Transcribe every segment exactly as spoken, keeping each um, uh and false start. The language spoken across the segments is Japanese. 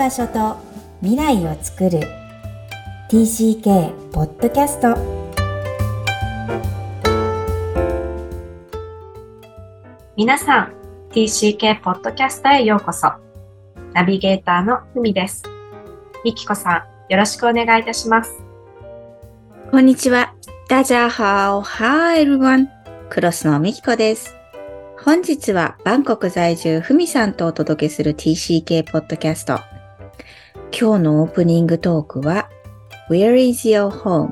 場所と未来をつくる ティーシーケー ポッドキャスト。 皆さん ティーシーケー ポッドキャストへようこそ。ナビゲーターのふみです。みきこさん、よろしくお願いいたします。 こんにちは。大家好。Hi everyone。クロスのみきこです。本日はバンコク在住ふみさんとお届けする ティーシーケー ポッドキャスト。今日のオープニングトークは Where is your home？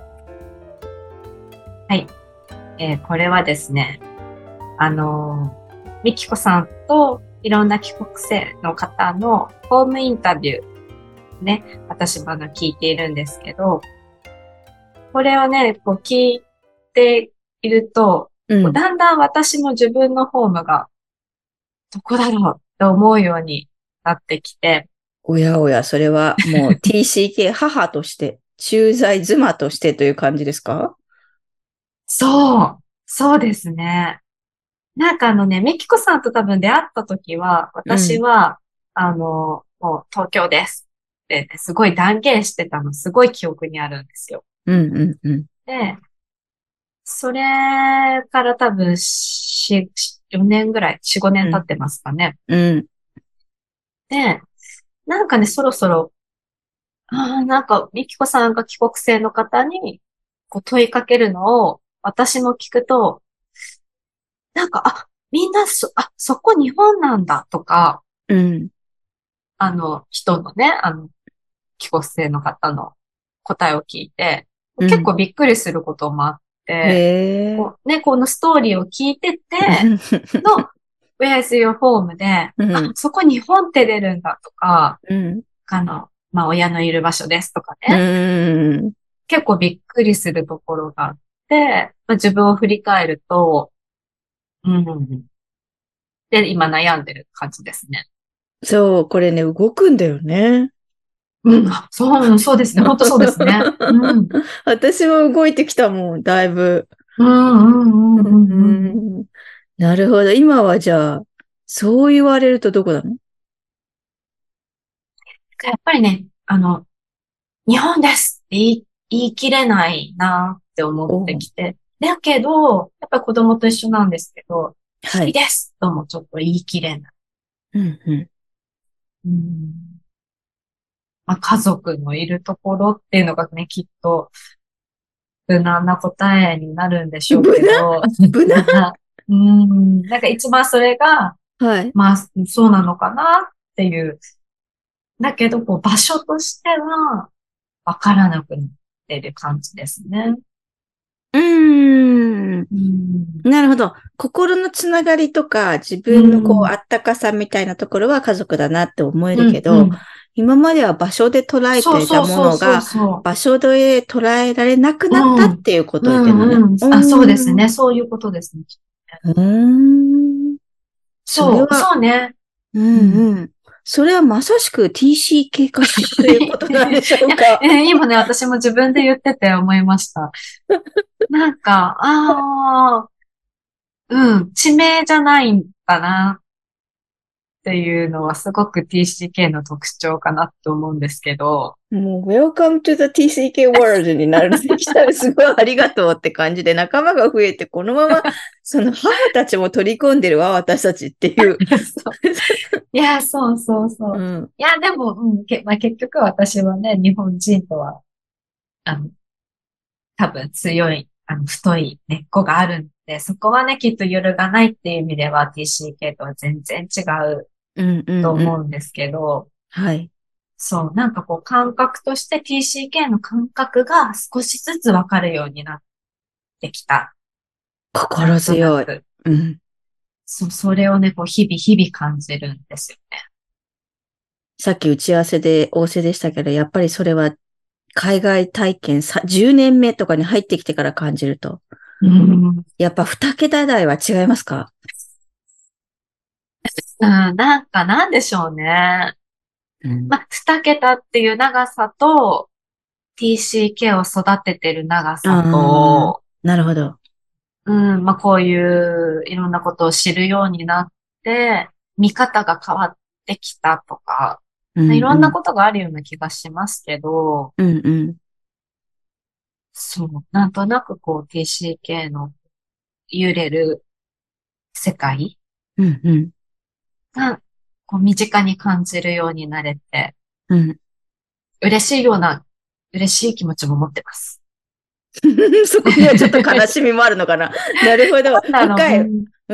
はい、えー、これはですね、あのー、みきこさんといろんな帰国生の方のホームインタビューね、私まだ聞いているんですけど、これをね、こう聞いていると、うん、だんだん私も自分のホームがどこだろうと思うようになってきて。 おやおや、それはもう ティーシーケー 母として、駐在妻としてという感じですか？ そう、そうですね。なんかあのね、みきこさんと多分出会った時は、私は、うん、あの、もう東京ですって、ね、すごい断言してたの、すごい記憶にあるんですよ。 うんうんうん。 で、それから多分よねんぐらい、よん、ごねん経ってますかね。 うん。うん、 で、なんかね、そろそろ、ああ、なんか、みきこさんが帰国生の方にこう問いかけるのを私も聞くと、なんか、あ、みんなそ、あ、そこ日本なんだとか、 うん。あの、人のね、あの、帰国生の方の答えを聞いて、うん、結構びっくりすることもあって、こうね、このストーリーを聞いてて、の、Where's your home で、うん、あ、そこ日本って出るんだとか、うん、あの、まあ、親のいる場所ですとかね、うん、結構びっくりするところがあって、まあ、自分を振り返ると、うん、で、今悩んでる感じですね。 そう、これね、動くんだよね。 うん、そう、そうですね。本当そうですね。うん、 私も動いてきたもん、だいぶ。 うんうんうんうんうん、 なるほど。今はじゃあ、そう言われるとどこなの？ やっぱりね、あの、日本ですって言い、言い切れないなって思ってきて。だけど、やっぱり子供と一緒なんですけど、はい、ですともちょっと言い切れない。 うんうんうんまあ、家族のいるところっていうのがね、きっと、無難な答えになるんでしょうけど。 無難うん。なんか一番それが、 はい。 まあ、そうなのかなっていう。だけど、こう、場所としては、わからなくなってる感じですね。 うーん。なるほど。心のつながりとか、自分のこう、あったかさみたいなところは家族だなって思えるけど、うんうん、今までは場所で捉えていたものが、場所で捉えられなくなったっていうことを言ってるのね。 うんうんうん、あ、そうですね。そういうことですね。 うーん。 そう、そうね。 うんうん。それはまさしく ティーシーケー 化ということなんでしょうか。 今ね、私も自分で言ってて思いました。なんか、ああ、うん、地名じゃないんだなっていうのはすごく ティーシーケー の特徴かなと思うんですけど。 もう、Welcome to the ティーシーケー world になるできたらすごいありがとうって感じで仲間が増えて、このままその母たちも取り込んでるわ、私たちっていう。 いや、そうそうそう。うん、いや、でも、うんけまあ、結局私はね、日本人とは、あの、多分強い、あの、太い根っこがあるんで、そこはね、きっと揺るがないっていう意味では ティーシーケー とは全然違うと思うんですけど、うんうんうん、 はい。 そう、なんかこう感覚として ティーシーケー の感覚が少しずつわかるようになってきた。 心強い。 うん。そう、それをね、こう日々日々感じるんですよね。 さっき打ち合わせで仰せでしたけど、やっぱりそれは海外体験さじゅうねんめとかに入ってきてから感じると。うん、やっぱ二桁台は違いますか？ うん、なんかなんでしょうね。うん、まあ、二桁っていう長さと ティーシーケー を育ててる長さと、 なるほど。 うん、まあこういういろんなことを知るようになって、見方が変わってきたとか、 うんうん、 いろんなことがあるような気がしますけど、 うんうん、 そう、なんとなくこう ティーシーケー の揺れる世界うんうん、 が、こう身近に感じるようになれて、 うん。 嬉しいような、嬉しい気持ちも持ってます。 そこにはちょっと悲しみもあるのかな。なるほど。 なんだろう。 深い。 うん。 うん。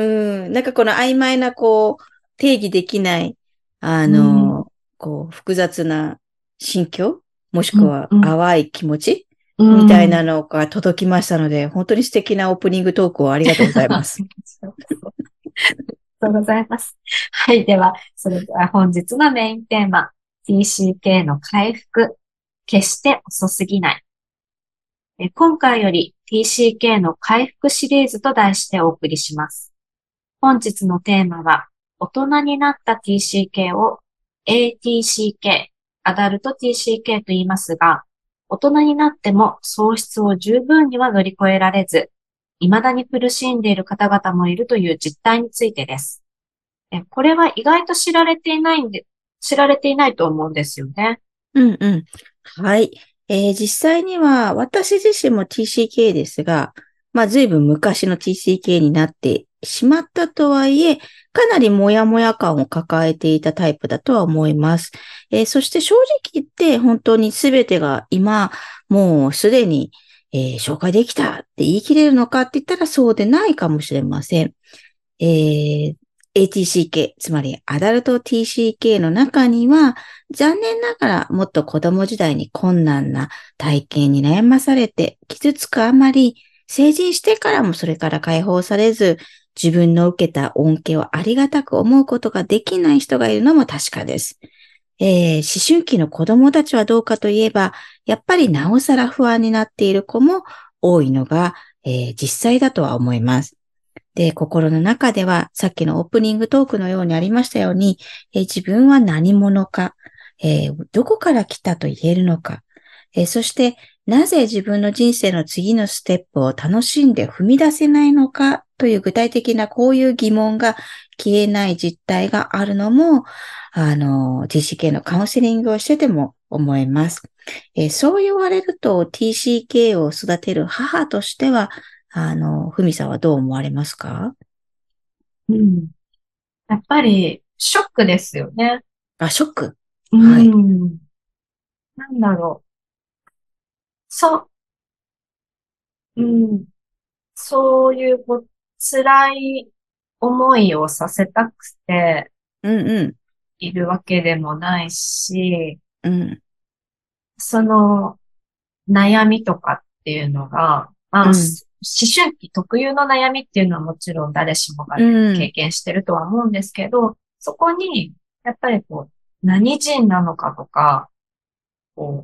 なんかこの曖昧な、こう、定義できない、あうん。 の、こう、複雑な心境もしうん。 くはうん。 淡い気持ちうみたいん。 なのが届きましたので、本当に素敵なオープニングトークをありがとうございます。 ありがとうございます。はい。では、それでは本日のメインテーマ、ティーシーケー の回復、決して遅すぎない。え今回より ティーシーケー の回復シリーズと題してお送りします。本日のテーマは、大人になった ティーシーケー を エーティーシーケー、アダルト ティーシーケー と言いますが、大人になっても喪失を十分には乗り越えられず、未だに苦しんでいる方々もいるという実態についてです。えこれは意外と知られていないんで、知られていないと思うんですよね。 うんうん。はい。えー実際には私自身も ティーシーケー ですが、まあ随分昔の ティーシーケー になってしまったとはいえ、かなりモヤモヤ感を抱えていたタイプだとは思います。えーそして正直言って本当に全てが今もうすでに、えー紹介できたって言い切れるのかって言ったらそうでないかもしれません。えー エーティーシーケー、つまりアダルト ティーシーケー の中には、残念ながらもっと子供時代に困難な体験に悩まされて傷つくあまり、成人してからもそれから解放されず、自分の受けた恩恵をありがたく思うことができない人がいるのも確かです。えー思春期の子供たちはどうかといえば、やっぱりなおさら不安になっている子も多いのが、えー実際だとは思います。で、心の中では、さっきのオープニングトークのようにありましたように、えー自分は何者か、えーどこから来たと言えるのか、えーそして、なぜ自分の人生の次のステップを楽しんで踏み出せないのかという具体的なこういう疑問が消えない実態があるのも、あの、ティーシーケー のカウンセリングをしてても思います。えーそう言われると ティーシーケー を育てる母としては、あの、ふみさんはどう思われますか？ うん。やっぱり、ショックですよね。 あ、ショック。 うはい。 ん。なんだろう。そう、うん。そういうこう辛い思いをさせたくてうんうん。 いるわけでもないし、 うん。 その悩みとかっていうのが、まあ、 うん。 し思春期特有の悩みっていうのはもちろん誰しもがうん。 経験してるとは思うんですけど、そこに、やっぱりこう、何人なのかとか、こ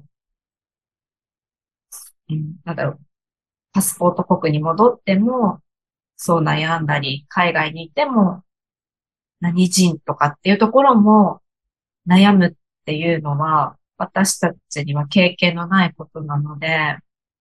う、うん、なんだろう、パスポート国に戻っても、そう悩んだり、海外にいても、何人とかっていうところも悩むっていうのは、私たちには経験のないことなので、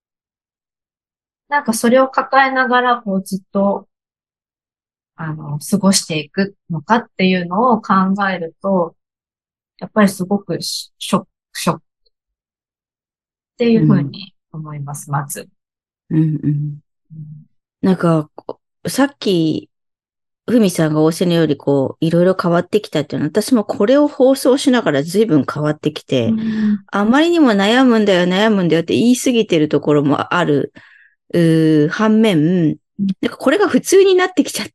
なんかそれを抱えながら、こうずっと、あの、過ごしていくのかっていうのを考えると、やっぱりすごくショック、ショックっていうふううん。 に思います、まず。 うん。うん。 うん。 なんか、こさっき、ふみさんがおっしゃるより、こう、いろいろ変わってきたっていうのは、私もこれを放送しながら随分変わってきて、 うん。 あまりにも悩むんだよ、悩むんだよって言い過ぎてるところもある、うー反面、なんかこれが普通になってきちゃって、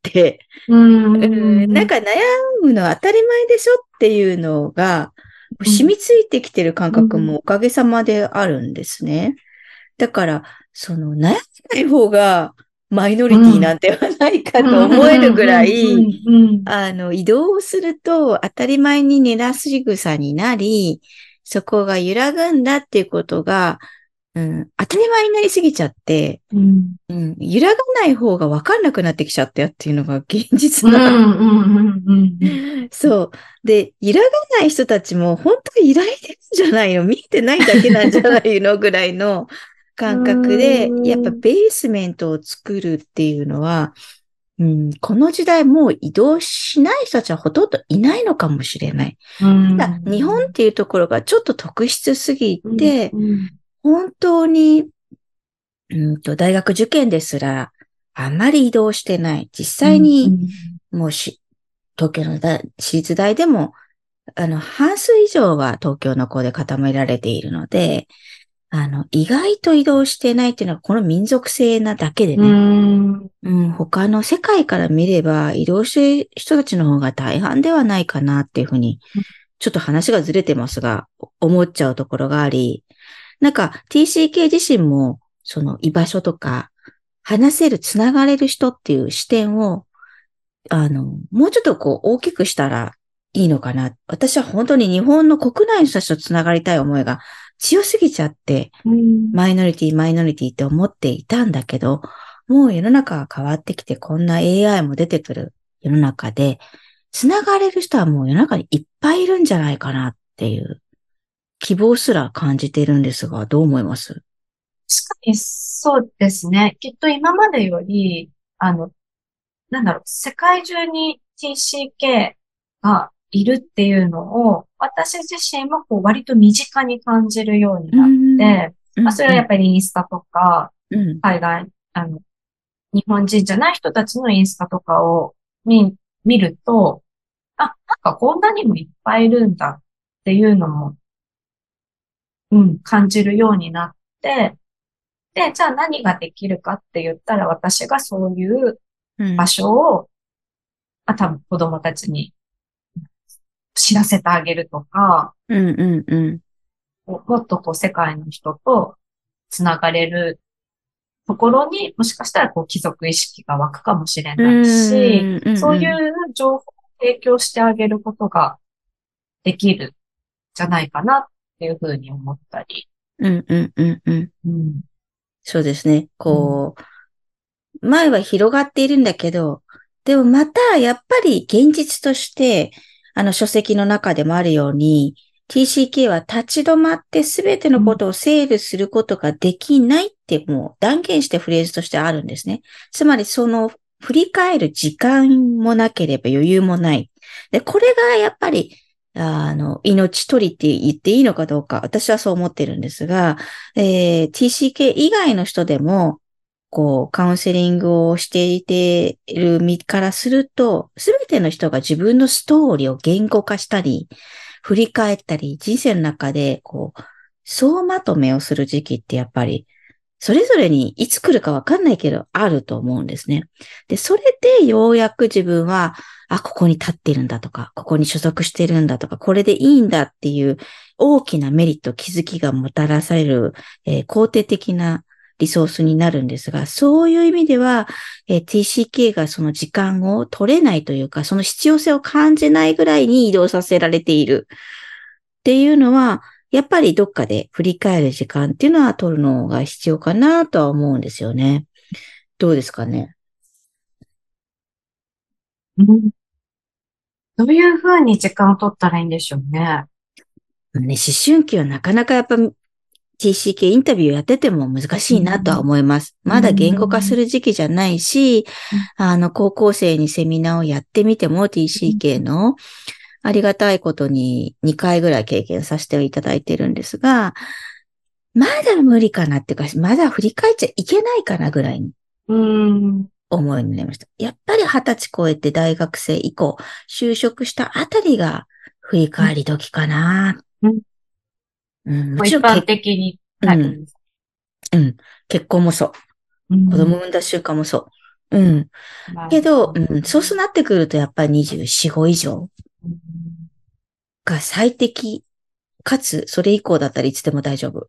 ううん、なんん。 か悩むのは当たり前でしょっていうのが、染みついてきてる感覚もおかげさまであるんですね。だから、その悩まない方がマイノリティなんてはないかと思えるぐらい、あの、移動すると当たり前に寝なし草になり、そこが揺らぐんだっていうことが、うん、当たり前になりすぎちゃって、 うん。 うん、揺らがない方がわかんなくなってきちゃったよっていうのが現実うん。 な。 うん。 そう。で、揺らがない人たちも本当に揺らいでるんじゃないの見えてないだけなんじゃないのぐらいの感覚で、やっぱベースメントを作るっていうのは、 うん、この時代もう移動しない人たちはほとんどいないのかもしれない。ただ、日本っていうところがちょっと特殊すぎて、うんうん、本当に、うんと、大学受験ですら、あんまり移動してない。実際に、もうし、東京の私立大でも、あの、半数以上は東京の子で固められているので、あの、意外と移動してないっていうのはこの民族性なだけでね。うん、うん、他の世界から見れば移動してる人たちの方が大半ではないかなっていうふうに、ちょっと話がずれてますが、思っちゃうところがあり、なんか ティーシーケー 自身もその居場所とか話せる、つながれる人っていう視点を、あの、もうちょっとこう大きくしたらいいのかな。私は本当に日本の国内の人たちとつながりたい思いが強すぎちゃって、うん、マイノリティ、マイノリティって思っていたんだけど、もう世の中が変わってきて、こんな エーアイ も出てくる世の中で、つながれる人はもう世の中にいっぱいいるんじゃないかなっていう希望すら感じているんですが、どう思います？ 確かにそうですね。きっと今までより、あの、なんだろう、世界中に ティーシーケー がいるっていうのを、私自身もこう割と身近に感じるようになって、うん、まあ、それはやっぱりインスタとか、うん、海外、あの、日本人じゃない人たちのインスタとかを見、見ると、あ、なんかこんなにもいっぱいいるんだっていうのも、うん、感じるようになって、で、じゃあ何ができるかって言ったら、私がそういう場所を、うん、あ、多分子供たちに知らせてあげるとか、 うんうんうん、 もっとこう世界の人とつながれるところにもしかしたらこう貴族意識が湧くかもしれないし、うんうんうん、そういう情報を提供してあげることができるんじゃないかなっていうふうに思ったり。 うんうんうんうん。うん、そうですね。こう、うん、前は広がっているんだけど、でもまたやっぱり現実として、あの書籍の中でもあるように、ティーシーケー は立ち止まってすべてのことを整理することができないってもう断言してフレーズとしてあるんですね。つまりその振り返る時間もなければ余裕もない。で、これがやっぱり、あの、命取りって言っていいのかどうか、私はそう思ってるんですが、えー、ティーシーケー 以外の人でも、こう、カウンセリングをしていている身からすると、すべての人が自分のストーリーを言語化したり、振り返ったり、人生の中で、こう、総まとめをする時期ってやっぱり、それぞれにいつ来るかわかんないけど、あると思うんですね。で、それでようやく自分は、あ、ここに立ってるんだとか、ここに所属してるんだとか、これでいいんだっていう大きなメリット、気づきがもたらされる、えー、肯定的なリソースになるんですが、そういう意味では、えー、ティーシーケー がその時間を取れないというか、その必要性を感じないぐらいに移動させられているっていうのは、やっぱりどっかで振り返る時間っていうのは取るのが必要かなとは思うんですよね。どうですかね。 うん、どういうふうに時間を取ったらいいんでしょうね。 ね、思春期はなかなかやっぱ ティーシーケー インタビューやってても難しいなとは思います。うん、まだ言語化する時期じゃないし、うん、あの、高校生にセミナーをやってみても ティーシーケー のありがたいことににかいぐらい経験させていただいてるんですが、まだ無理かなっていうか、まだ振り返っちゃいけないかなぐらいに思いになりました。やっぱり二十歳超えて大学生以降、就職したあたりが振り返り時かな。うんうん、もちろん一般的に、 はい、うん。うん。結婚もそう。うん、子供産んだ瞬間もそう。うん。けど、うん、そうなってくるとやっぱりにじゅうよん、ご以上が最適、かつそれ以降だったらいつでも大丈夫。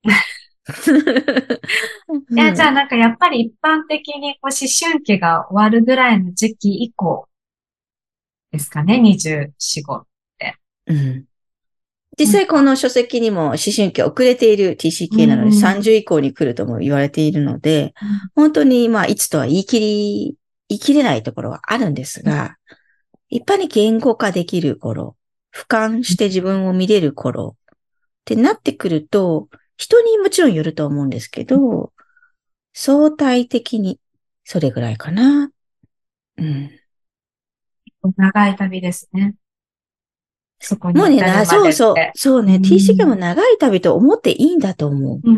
いや、じゃあなんかやっぱり一般的にこう思春期が終わるぐらいの時期以降ですかね、にじゅうよん、ごって。 うん。実際この書籍にも思春期遅れている ティーシーケー なのでさんじゅう以降に来るとも言われているので、うん、本当にまあいつとは言い切り、言い切れないところはあるんですが、一般に言語化できる頃、俯瞰して自分を見れる頃ってなってくると、人にもちろんよると思うんですけど、相対的にそれぐらいかな。 うん。 長い旅ですね。そこにもうね、な、そうそう。そうね、 うん、 ティーシーケー も長い旅と思っていいんだと思う。 うん。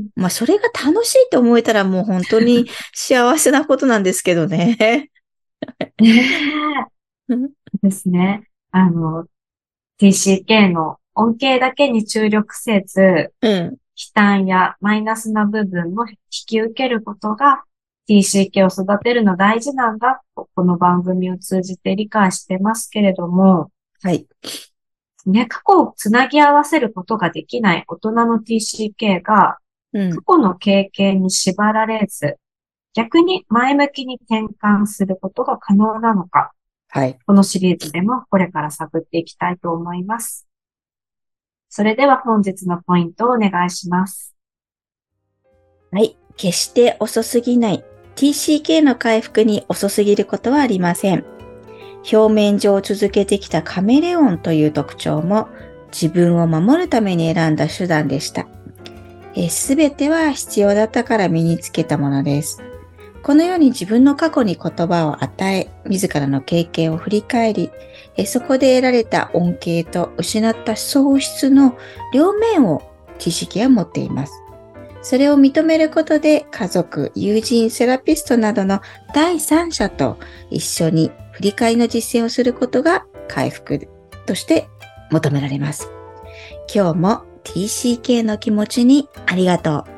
まあ、それが楽しいと思えたらもう本当に幸せなことなんですけどね。 ねえ。ですね。あの、ティーシーケー の恩恵だけに注力せず、 うん、 悲嘆やマイナスな部分も引き受けることが ティーシーケー を育てるの大事なんだと、この番組を通じて理解してますけれども、 はい。 ね、過去をつなぎ合わせることができない大人の ティーシーケー が、 うん、 過去の経験に縛られず、逆に前向きに転換することが可能なのか、 はい。 このシリーズでもこれから探っていきたいと思います。それでは本日のポイントをお願いします。 はい。決して遅すぎない。ティーシーケー の回復に遅すぎることはありません。表面上続けてきたカメレオンという特徴も自分を守るために選んだ手段でした。すべては必要だったから身につけたものです。このように自分の過去に言葉を与え、自らの経験を振り返り、そこで得られた恩恵と失った喪失の両面を ティーシーケー は持っています。それを認めることで家族、友人、セラピストなどの第三者と一緒に振り返りの実践をすることが回復として求められます。今日も ティーシーケー の気持ちにありがとう。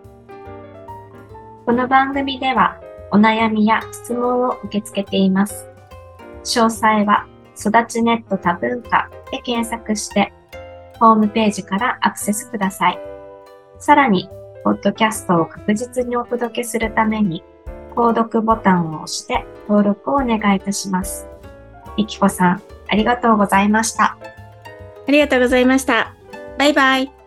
この番組ではお悩みや質問を受け付けています。詳細は育ちネット多文化で検索してホームページからアクセスください。さらに、ポッドキャストを確実にお届けするために、購読ボタンを押して登録をお願いいたします。ゆきこさん、ありがとうございました。 ありがとうございました。バイバイ。